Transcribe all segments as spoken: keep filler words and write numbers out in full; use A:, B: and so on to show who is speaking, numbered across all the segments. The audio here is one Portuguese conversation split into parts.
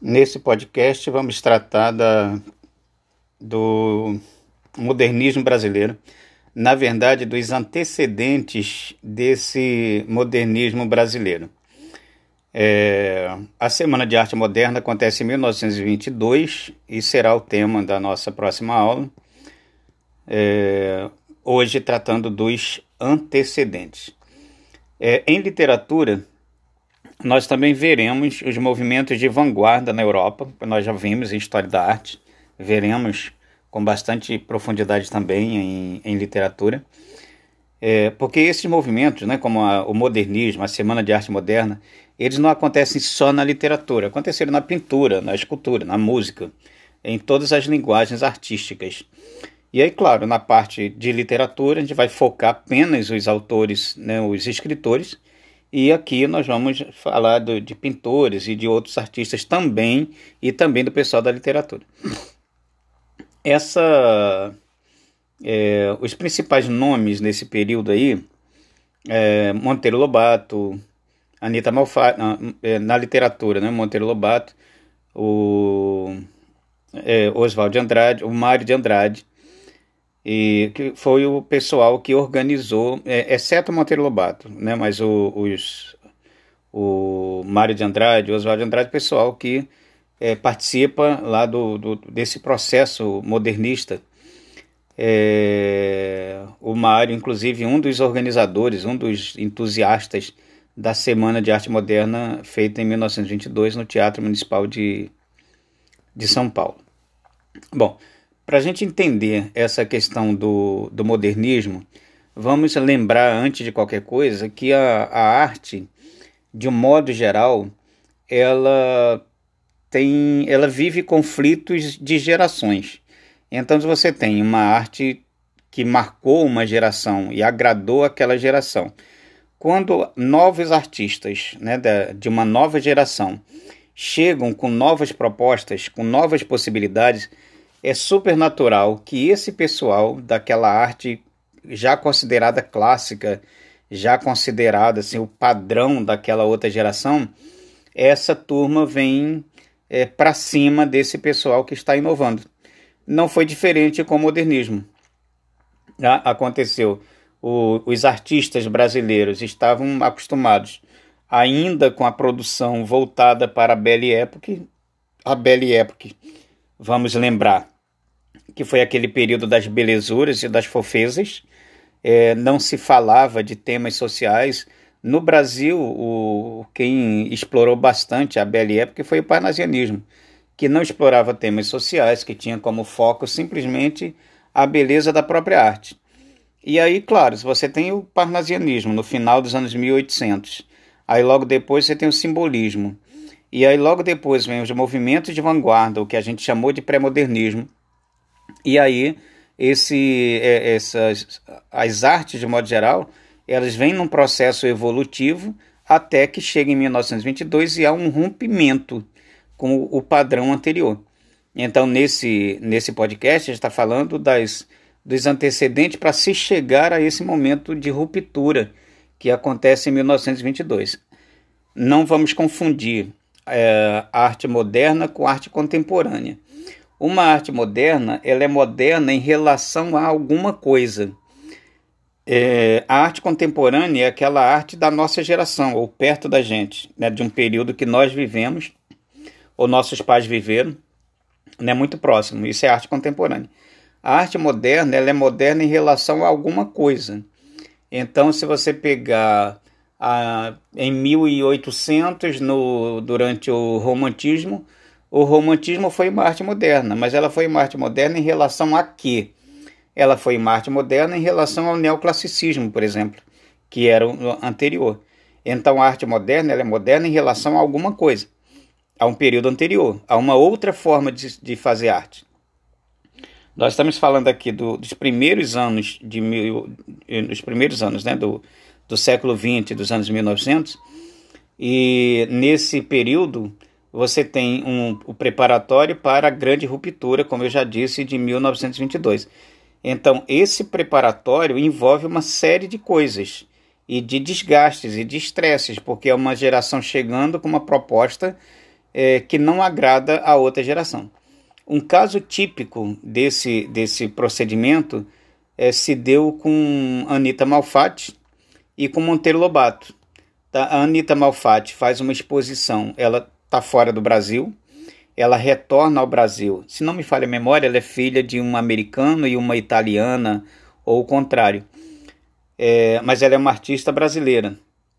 A: Nesse podcast vamos tratar da, do modernismo brasileiro, na verdade dos antecedentes desse modernismo brasileiro. É, a Semana de Arte Moderna acontece em mil novecentos e vinte e dois e será o tema da nossa próxima aula, é, hoje tratando dos antecedentes. É, em literatura, nós também veremos os movimentos de vanguarda na Europa, nós já vimos em História da Arte, veremos com bastante profundidade também em, em literatura, é, porque esses movimentos, né, como a, o modernismo, a Semana de Arte Moderna, eles não acontecem só na literatura, aconteceram na pintura, na escultura, na música, em todas as linguagens artísticas. E aí, claro, na parte de literatura, a gente vai focar apenas os autores, né, os escritores, e aqui nós vamos falar do, de pintores e de outros artistas também, e também do pessoal da literatura. Essa, é, os principais nomes nesse período aí, é, Monteiro Lobato, Anita Malfatti, na, na literatura, né, Monteiro Lobato, o é, Oswald de Andrade, o Mário de Andrade, e que foi o pessoal que organizou, é, exceto Monteiro Lobato, né, mas o, os, o Mário de Andrade, o Oswald de Andrade, o pessoal que é, participa lá do, do, desse processo modernista. É, o Mário, inclusive, um dos organizadores, um dos entusiastas da Semana de Arte Moderna, feita em mil novecentos e vinte e dois no Teatro Municipal de, de São Paulo. Bom, para a gente entender essa questão do, do modernismo, vamos lembrar, antes de qualquer coisa, que a, a arte, de um modo geral, ela, tem, ela vive conflitos de gerações. Então, se você tem uma arte que marcou uma geração e agradou aquela geração, quando novos artistas, né, de uma nova geração chegam com novas propostas, com novas possibilidades, é super natural que esse pessoal daquela arte já considerada clássica, já considerada assim, o padrão daquela outra geração, essa turma vem é, para cima desse pessoal que está inovando. Não foi diferente com o modernismo. Já aconteceu. O, os artistas brasileiros estavam acostumados ainda com a produção voltada para a Belle Époque. A Belle Époque, vamos lembrar, que foi aquele período das belezuras e das fofezas. É, não se falava de temas sociais. No Brasil, o, quem explorou bastante a Belle Époque foi o parnasianismo, que não explorava temas sociais, que tinha como foco simplesmente a beleza da própria arte. E aí, claro, se você tem o parnasianismo no final dos anos mil e oitocentos, aí logo depois você tem o simbolismo, e aí logo depois vem os movimentos de vanguarda, o que a gente chamou de pré-modernismo, e aí esse, essas, as artes, de modo geral, elas vêm num processo evolutivo até que chega em mil novecentos e vinte e dois e há um rompimento com o padrão anterior. Então, nesse, nesse podcast, a gente está falando das, dos antecedentes para se chegar a esse momento de ruptura que acontece em mil novecentos e vinte e dois. Não vamos confundir é, a arte moderna com a arte contemporânea. Uma arte moderna, ela é moderna em relação a alguma coisa. É, a arte contemporânea é aquela arte da nossa geração, ou perto da gente, né, de um período que nós vivemos, ou nossos pais viveram, né, muito próximo. Isso é arte contemporânea. A arte moderna, ela é moderna em relação a alguma coisa. Então, se você pegar a, em mil e oitocentos, no, durante o romantismo, o romantismo foi uma arte moderna, mas ela foi uma arte moderna em relação a quê? Ela foi uma arte moderna em relação ao neoclassicismo, por exemplo, que era o anterior. Então, a arte moderna, ela é moderna em relação a alguma coisa, a um período anterior, a uma outra forma de, de fazer arte. Nós estamos falando aqui do, dos primeiros anos de mil, dos primeiros anos, né, do, do século vinte, dos anos mil e novecentos, e nesse período você tem um, o preparatório para a grande ruptura, como eu já disse, de mil novecentos e vinte e dois. Então, esse preparatório envolve uma série de coisas, e de desgastes e de estresses, porque é uma geração chegando com uma proposta é, que não agrada a outra geração. Um caso típico desse, desse procedimento é, se deu com Anita Malfatti e com Monteiro Lobato. Tá? A Anita Malfatti faz uma exposição, ela está fora do Brasil, ela retorna ao Brasil. Se não me falha a memória, ela é filha de um americano e uma italiana, ou o contrário. É, mas ela é uma artista brasileira.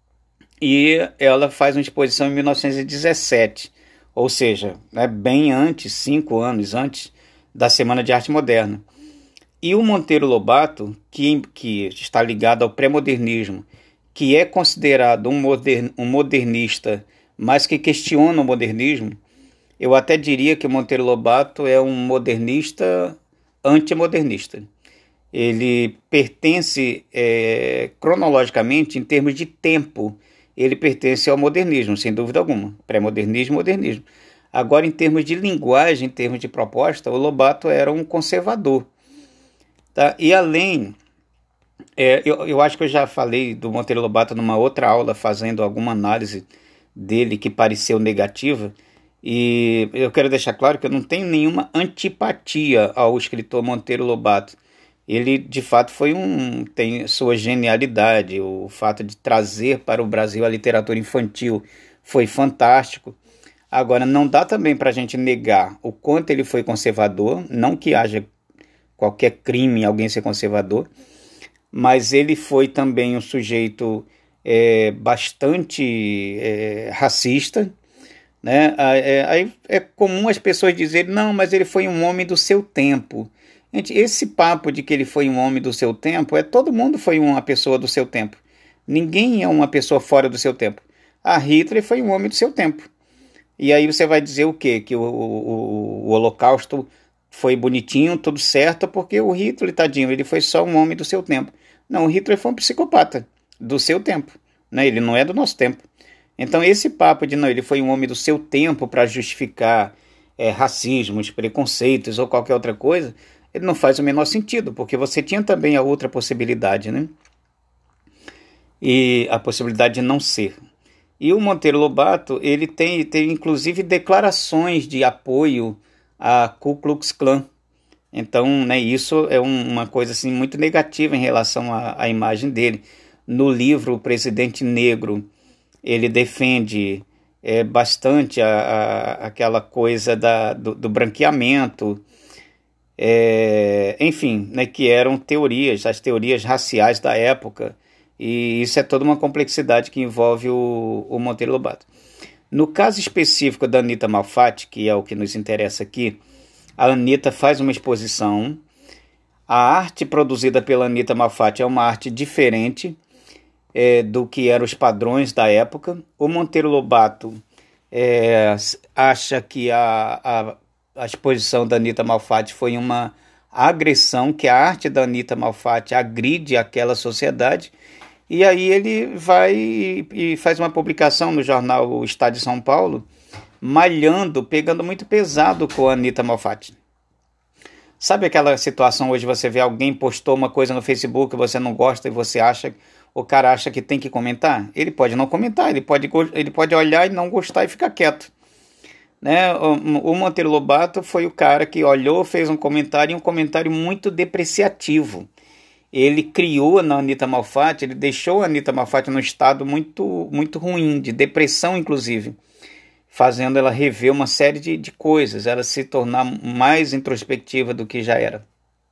A: E ela faz uma exposição em mil novecentos e dezessete, ou seja, né, bem antes, cinco anos antes da Semana de Arte Moderna. E o Monteiro Lobato, que, que está ligado ao pré-modernismo, que é considerado um, modern, um modernista, mas que questiona o modernismo, eu até diria que o Monteiro Lobato é um modernista antimodernista. Ele pertence, é, cronologicamente, em termos de tempo, ele pertence ao modernismo, sem dúvida alguma. Pré-modernismo e modernismo. Agora, em termos de linguagem, em termos de proposta, o Lobato era um conservador. Tá? E além, é, eu, eu acho que eu já falei do Monteiro Lobato numa outra aula, fazendo alguma análise dele que pareceu negativa, e eu quero deixar claro que eu não tenho nenhuma antipatia ao escritor Monteiro Lobato. Ele, de fato, foi um, tem sua genialidade, o fato de trazer para o Brasil a literatura infantil foi fantástico. Agora, não dá também para a gente negar o quanto ele foi conservador, não que haja qualquer crime em alguém ser conservador, mas ele foi também um sujeito é, bastante é, racista, né? Aí é comum as pessoas dizerem, não, mas ele foi um homem do seu tempo. Gente, esse papo de que ele foi um homem do seu tempo, é todo mundo foi uma pessoa do seu tempo. Ninguém é uma pessoa fora do seu tempo. A Hitler foi um homem do seu tempo. E aí você vai dizer o quê? Que o, o, o Holocausto foi bonitinho, tudo certo, porque o Hitler, tadinho, ele foi só um homem do seu tempo. Não, o Hitler foi um psicopata do seu tempo, né? Ele não é do nosso tempo. Então esse papo de não, ele foi um homem do seu tempo para justificar é, racismos, preconceitos ou qualquer outra coisa, ele não faz o menor sentido, porque você tinha também a outra possibilidade, né? E a possibilidade de não ser. E o Monteiro Lobato, ele tem, tem inclusive declarações de apoio a Ku Klux Klan. Então, né, isso é um, uma coisa assim, muito negativa em relação à, à imagem dele. No livro O Presidente Negro, ele defende é, bastante a, a, aquela coisa da, do, do branqueamento, é, enfim, né, que eram teorias, as teorias raciais da época. E isso é toda uma complexidade que envolve o, o Monteiro Lobato. No caso específico da Anita Malfatti, que é o que nos interessa aqui, a Anita faz uma exposição. A arte produzida pela Anita Malfatti é uma arte diferente é, do que eram os padrões da época. O Monteiro Lobato é, acha que a, a, a exposição da Anita Malfatti foi uma agressão, que a arte da Anita Malfatti agride aquela sociedade. E aí ele vai e faz uma publicação no jornal O Estado de São Paulo, malhando, pegando muito pesado com a Anita Malfatti. Sabe aquela situação hoje, você vê alguém postou uma coisa no Facebook, você não gosta e você acha, o cara acha que tem que comentar? Ele pode não comentar, ele pode, ele pode olhar e não gostar e ficar quieto. Né? O, o Monteiro Lobato foi o cara que olhou, fez um comentário, e um comentário muito depreciativo. Ele criou na Anita Malfatti, ele deixou a Anita Malfatti num estado muito, muito ruim, de depressão inclusive, fazendo ela rever uma série de, de coisas, ela se tornar mais introspectiva do que já era.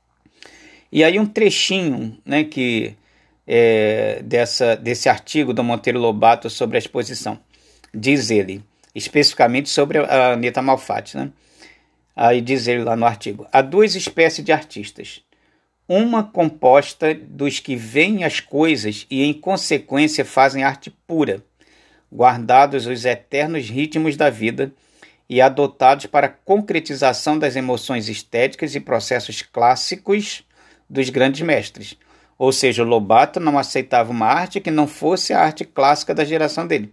A: E aí um trechinho, né, que, é, dessa, desse artigo do Monteiro Lobato sobre a exposição. Diz ele, especificamente sobre a Anita Malfatti, né? Aí diz ele lá no artigo, há duas espécies de artistas. Uma composta dos que veem as coisas e, em consequência, fazem arte pura, guardados os eternos ritmos da vida e adotados para a concretização das emoções estéticas e processos clássicos dos grandes mestres. Ou seja, o Lobato não aceitava uma arte que não fosse a arte clássica da geração dele.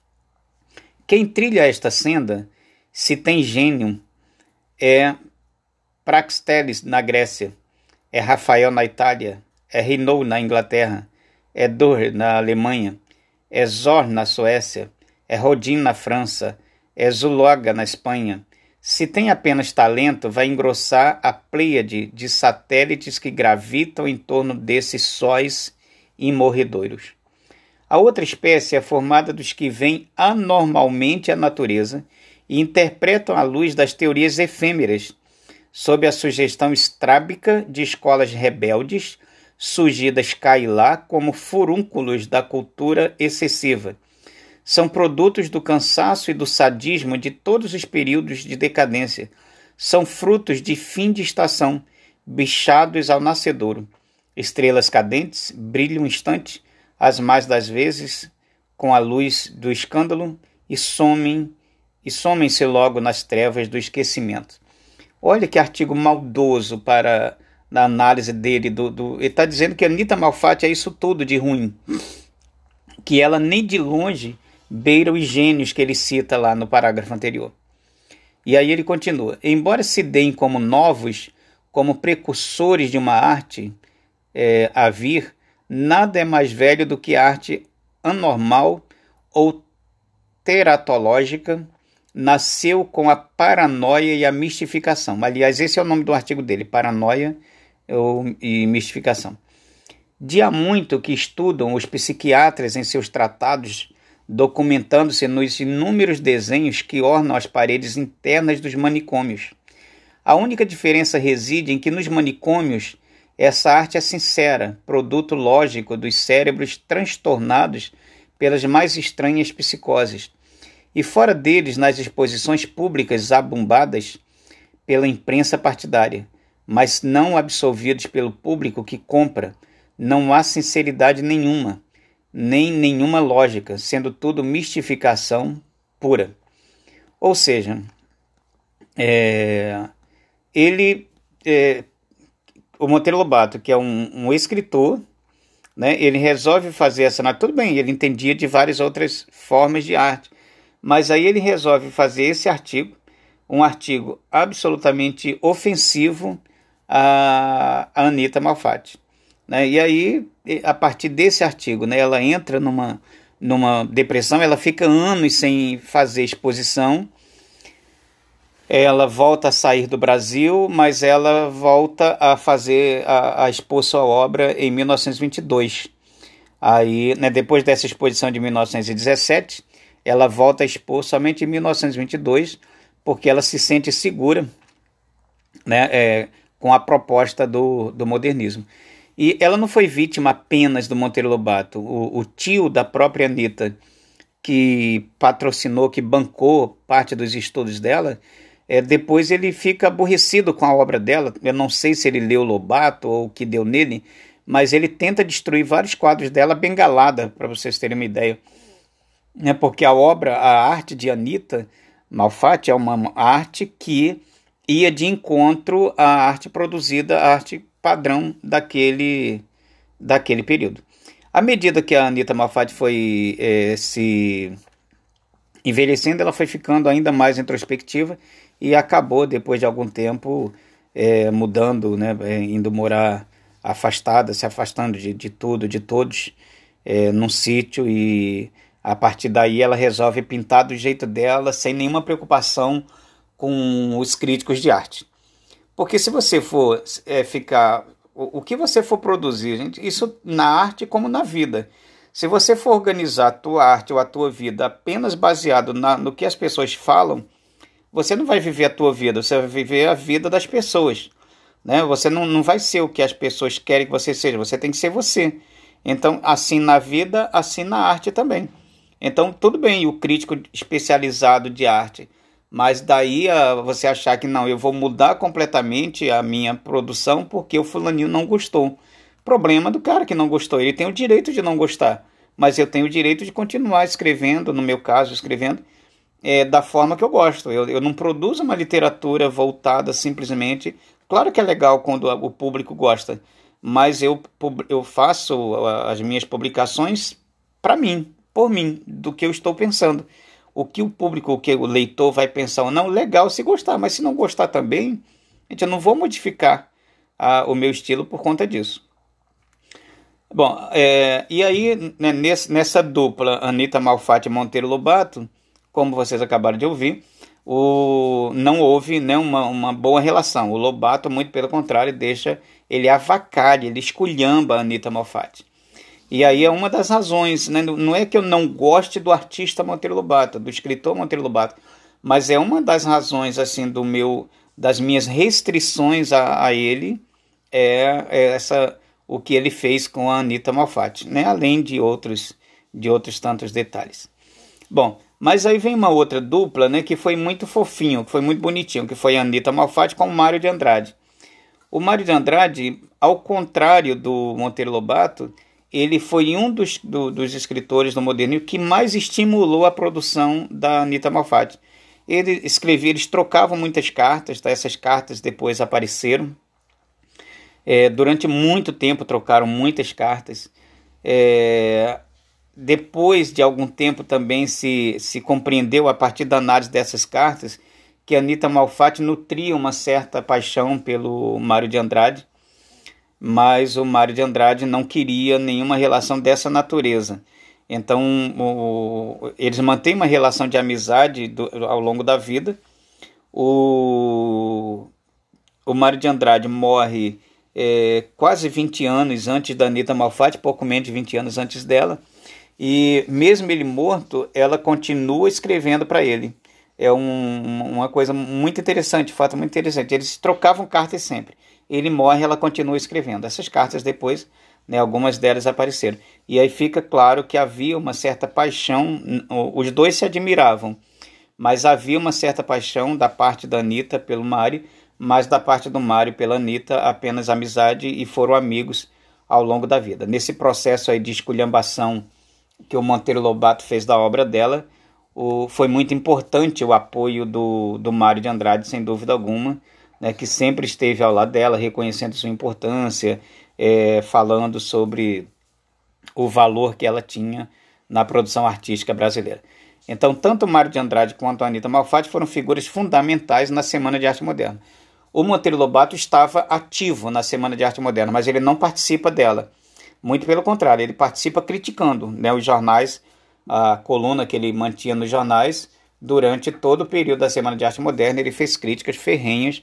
A: Quem trilha esta senda, se tem gênio, é Praxiteles, na Grécia, é Rafael na Itália, é Renoir na Inglaterra, é Dürer na Alemanha, é Zorn na Suécia, é Rodin na França, é Zuloaga, na Espanha. Se tem apenas talento, vai engrossar a pleiade de satélites que gravitam em torno desses sóis imorredouros. A outra espécie é formada dos que veem anormalmente a natureza e interpretam a luz das teorias efêmeras, sob a sugestão estrábica de escolas rebeldes, surgidas cá e lá como furúnculos da cultura excessiva. São produtos do cansaço e do sadismo de todos os períodos de decadência. São frutos de fim de estação, bichados ao nascedouro. Estrelas cadentes brilham um instante, as mais das vezes, com a luz do escândalo, e somem, e somem-se logo nas trevas do esquecimento. Olha que artigo maldoso para a análise dele. Do, do, ele está dizendo que a Anita Malfatti é isso tudo de ruim. Que ela nem de longe beira os gênios que ele cita lá no parágrafo anterior. E aí ele continua. Embora se deem como novos, como precursores de uma arte é, a vir, nada é mais velho do que a arte anormal ou teratológica, nasceu com a paranoia e a mistificação. Aliás, esse é o nome do artigo dele, Paranoia e Mistificação. De há muito que estudam os psiquiatras em seus tratados, documentando-se nos inúmeros desenhos que ornam as paredes internas dos manicômios. A única diferença reside em que nos manicômios essa arte é sincera, produto lógico dos cérebros transtornados pelas mais estranhas psicoses. E fora deles, nas exposições públicas abombadas pela imprensa partidária, mas não absolvidos pelo público que compra, não há sinceridade nenhuma, nem nenhuma lógica, sendo tudo mistificação pura. Ou seja, é, ele, é, o Monteiro Lobato, que é um, um escritor, né, ele resolve fazer essa... Tudo bem, ele entendia de várias outras formas de arte, mas aí ele resolve fazer esse artigo, um artigo absolutamente ofensivo a, a Anita Malfatti. Né? E aí, a partir desse artigo, né, ela entra numa, numa depressão, ela fica anos sem fazer exposição, ela volta a sair do Brasil, mas ela volta a fazer, a, a expor sua obra em mil novecentos e vinte e dois. Aí, né, depois dessa exposição de mil novecentos e dezessete, ela volta a expor somente em mil novecentos e vinte e dois, porque ela se sente segura, né, é, com a proposta do, do modernismo. E ela não foi vítima apenas do Monteiro Lobato. O, o tio da própria Anita, que patrocinou, que bancou parte dos estudos dela, é, depois ele fica aborrecido com a obra dela. Eu não sei se ele leu Lobato ou o que deu nele, mas ele tenta destruir vários quadros dela bengalada, para vocês terem uma ideia. É porque a obra, a arte de Anita Malfatti é uma arte que ia de encontro à arte produzida, à arte padrão daquele, daquele período. À medida que a Anita Malfatti foi é, se envelhecendo, ela foi ficando ainda mais introspectiva e acabou, depois de algum tempo, é, mudando, né, é, indo morar afastada, se afastando de, de tudo, de todos, é, num sítio, e a partir daí ela resolve pintar do jeito dela, sem nenhuma preocupação com os críticos de arte. Porque se você for é, ficar... O, o que você for produzir, gente, isso na arte como na vida. Se você for organizar a tua arte ou a tua vida apenas baseado na, no que as pessoas falam, você não vai viver a tua vida, você vai viver a vida das pessoas. Né? Você não, não vai ser o que as pessoas querem que você seja, você tem que ser você. Então, assim na vida, assim na arte também. Então, tudo bem o crítico especializado de arte, mas daí a você achar que não, eu vou mudar completamente a minha produção porque o fulaninho não gostou. Problema do cara que não gostou, ele tem o direito de não gostar, mas eu tenho o direito de continuar escrevendo, no meu caso, escrevendo é, da forma que eu gosto. Eu, eu não produzo uma literatura voltada simplesmente... Claro que é legal quando o público gosta, mas eu, eu faço as minhas publicações para mim, por mim, do que eu estou pensando. O que o público, o que o leitor vai pensar ou não, legal se gostar, mas se não gostar também, gente, eu não vou modificar ah, o meu estilo por conta disso. Bom, é, e aí, né, nesse, nessa dupla Anita Malfatti e Monteiro Lobato, como vocês acabaram de ouvir, o, não houve, né, uma, uma boa relação. O Lobato, muito pelo contrário, deixa ele avacalha, ele esculhamba a Anita Malfatti. E aí é uma das razões, né? Não é que eu não goste do artista Monteiro Lobato, do escritor Monteiro Lobato, mas é uma das razões assim do meu, das minhas restrições a, a ele, é, é essa, o que ele fez com a Anita Malfatti, né? Além de outros, de outros tantos detalhes. Bom, mas aí vem uma outra dupla, né, que foi muito fofinho, que foi muito bonitinho, que foi a Anita Malfatti com o Mário de Andrade. O Mário de Andrade, ao contrário do Monteiro Lobato, ele foi um dos, do, dos escritores do modernismo que mais estimulou a produção da Anita Malfatti. Ele escrevia, eles trocavam muitas cartas, tá? Essas cartas depois apareceram. É, durante muito tempo trocaram muitas cartas. É, depois de algum tempo também se, se compreendeu, a partir da análise dessas cartas, que a Anita Malfatti nutria uma certa paixão pelo Mário de Andrade, mas o Mário de Andrade não queria nenhuma relação dessa natureza. Então, o, eles mantêm uma relação de amizade do, ao longo da vida. O, o Mário de Andrade morre é, quase vinte anos antes da Anita Malfatti, pouco menos de vinte anos antes dela, e mesmo ele morto, ela continua escrevendo para ele. É um, uma coisa muito interessante, um fato muito interessante. Eles trocavam cartas sempre. Ele morre, ela continua escrevendo. Essas cartas depois, né, algumas delas apareceram. E aí fica claro que havia uma certa paixão, os dois se admiravam, mas havia uma certa paixão da parte da Anita pelo Mário, mas da parte do Mário pela Anita apenas amizade, e foram amigos ao longo da vida. Nesse processo aí de esculhambação que o Monteiro Lobato fez da obra dela, o, foi muito importante o apoio do, do Mário de Andrade, sem dúvida alguma, né, que sempre esteve ao lado dela, reconhecendo sua importância, é, falando sobre o valor que ela tinha na produção artística brasileira. Então, tanto o Mário de Andrade quanto a Anita Malfatti foram figuras fundamentais na Semana de Arte Moderna. O Monteiro Lobato estava ativo na Semana de Arte Moderna, mas ele não participa dela. Muito pelo contrário, ele participa criticando, né, os jornais, a coluna que ele mantinha nos jornais. Durante todo o período da Semana de Arte Moderna, ele fez críticas ferrenhas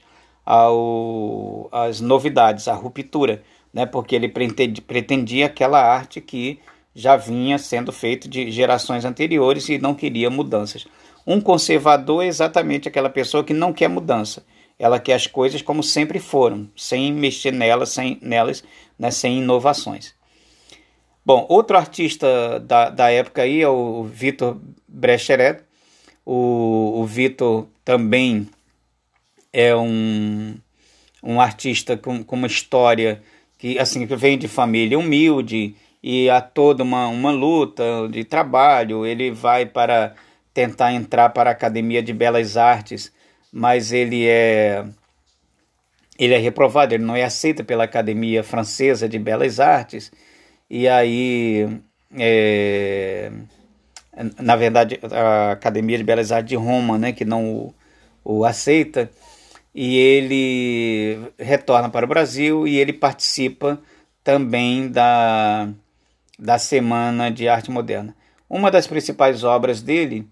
A: ao, às novidades, à ruptura, né, porque ele pretendia, pretendia aquela arte que já vinha sendo feita de gerações anteriores e não queria mudanças. Um conservador é exatamente aquela pessoa que não quer mudança. Ela quer as coisas como sempre foram, sem mexer nelas, sem, nelas, né, sem inovações. Bom, outro artista da, da época aí é o Victor Brecheret. O, o Victor também é um, um artista com, com uma história que, assim, que vem de família humilde, e há toda uma, uma luta de trabalho. Ele vai para tentar entrar para a Academia de Belas Artes, mas ele é, ele é reprovado, ele não é aceito pela Academia Francesa de Belas Artes, e aí, é, na verdade, a Academia de Belas Artes de Roma, né, que não o, o aceita, e ele retorna para o Brasil e ele participa também da, da Semana de Arte Moderna. Uma das principais obras dele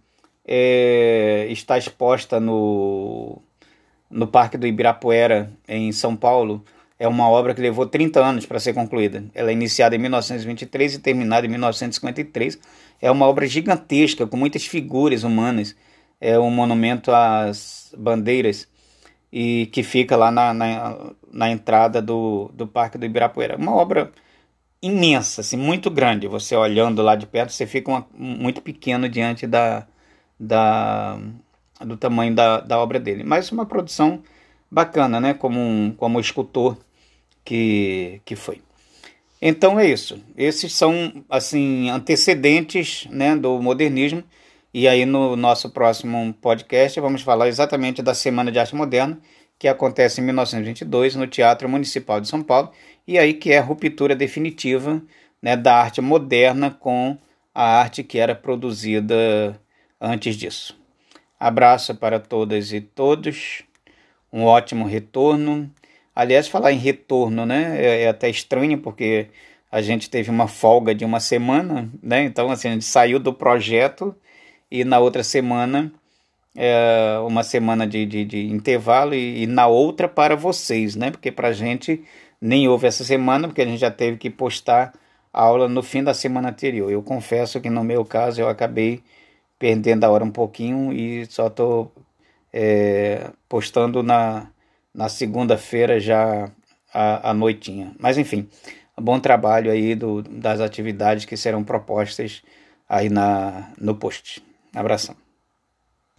A: é, está exposta no, no Parque do Ibirapuera, em São Paulo. É uma obra que levou trinta anos para ser concluída. Ela é iniciada em mil novecentos e vinte e três e terminada em mil novecentos e cinquenta e três. É uma obra gigantesca, com muitas figuras humanas. É um monumento às bandeiras, e que fica lá na, na, na entrada do, do Parque do Ibirapuera. Uma obra imensa, assim, muito grande. Você olhando lá de perto, você fica uma, muito pequeno diante da, da, do tamanho da, da obra dele. Mas uma produção bacana, né? Como, um, como escultor que, que foi. Então é isso. Esses são, assim, antecedentes, né, do modernismo. E aí no nosso próximo podcast vamos falar exatamente da Semana de Arte Moderna, que acontece em mil novecentos e vinte e dois no Teatro Municipal de São Paulo, e aí que é a ruptura definitiva, né, da arte moderna com a arte que era produzida antes disso. Abraço para todas e todos, um ótimo retorno. Aliás, falar em retorno, né, é, é até estranho, porque a gente teve uma folga de uma semana, né, então assim, a gente saiu do projeto e na outra semana, é, uma semana de, de, de intervalo, e, e na outra para vocês, né? Porque para a gente nem houve essa semana, porque a gente já teve que postar a aula no fim da semana anterior. Eu confesso que no meu caso eu acabei perdendo a hora um pouquinho e só estou é, postando na, na segunda-feira já à, à noitinha. Mas enfim, bom trabalho aí do, das atividades que serão propostas aí na, no post. Abração.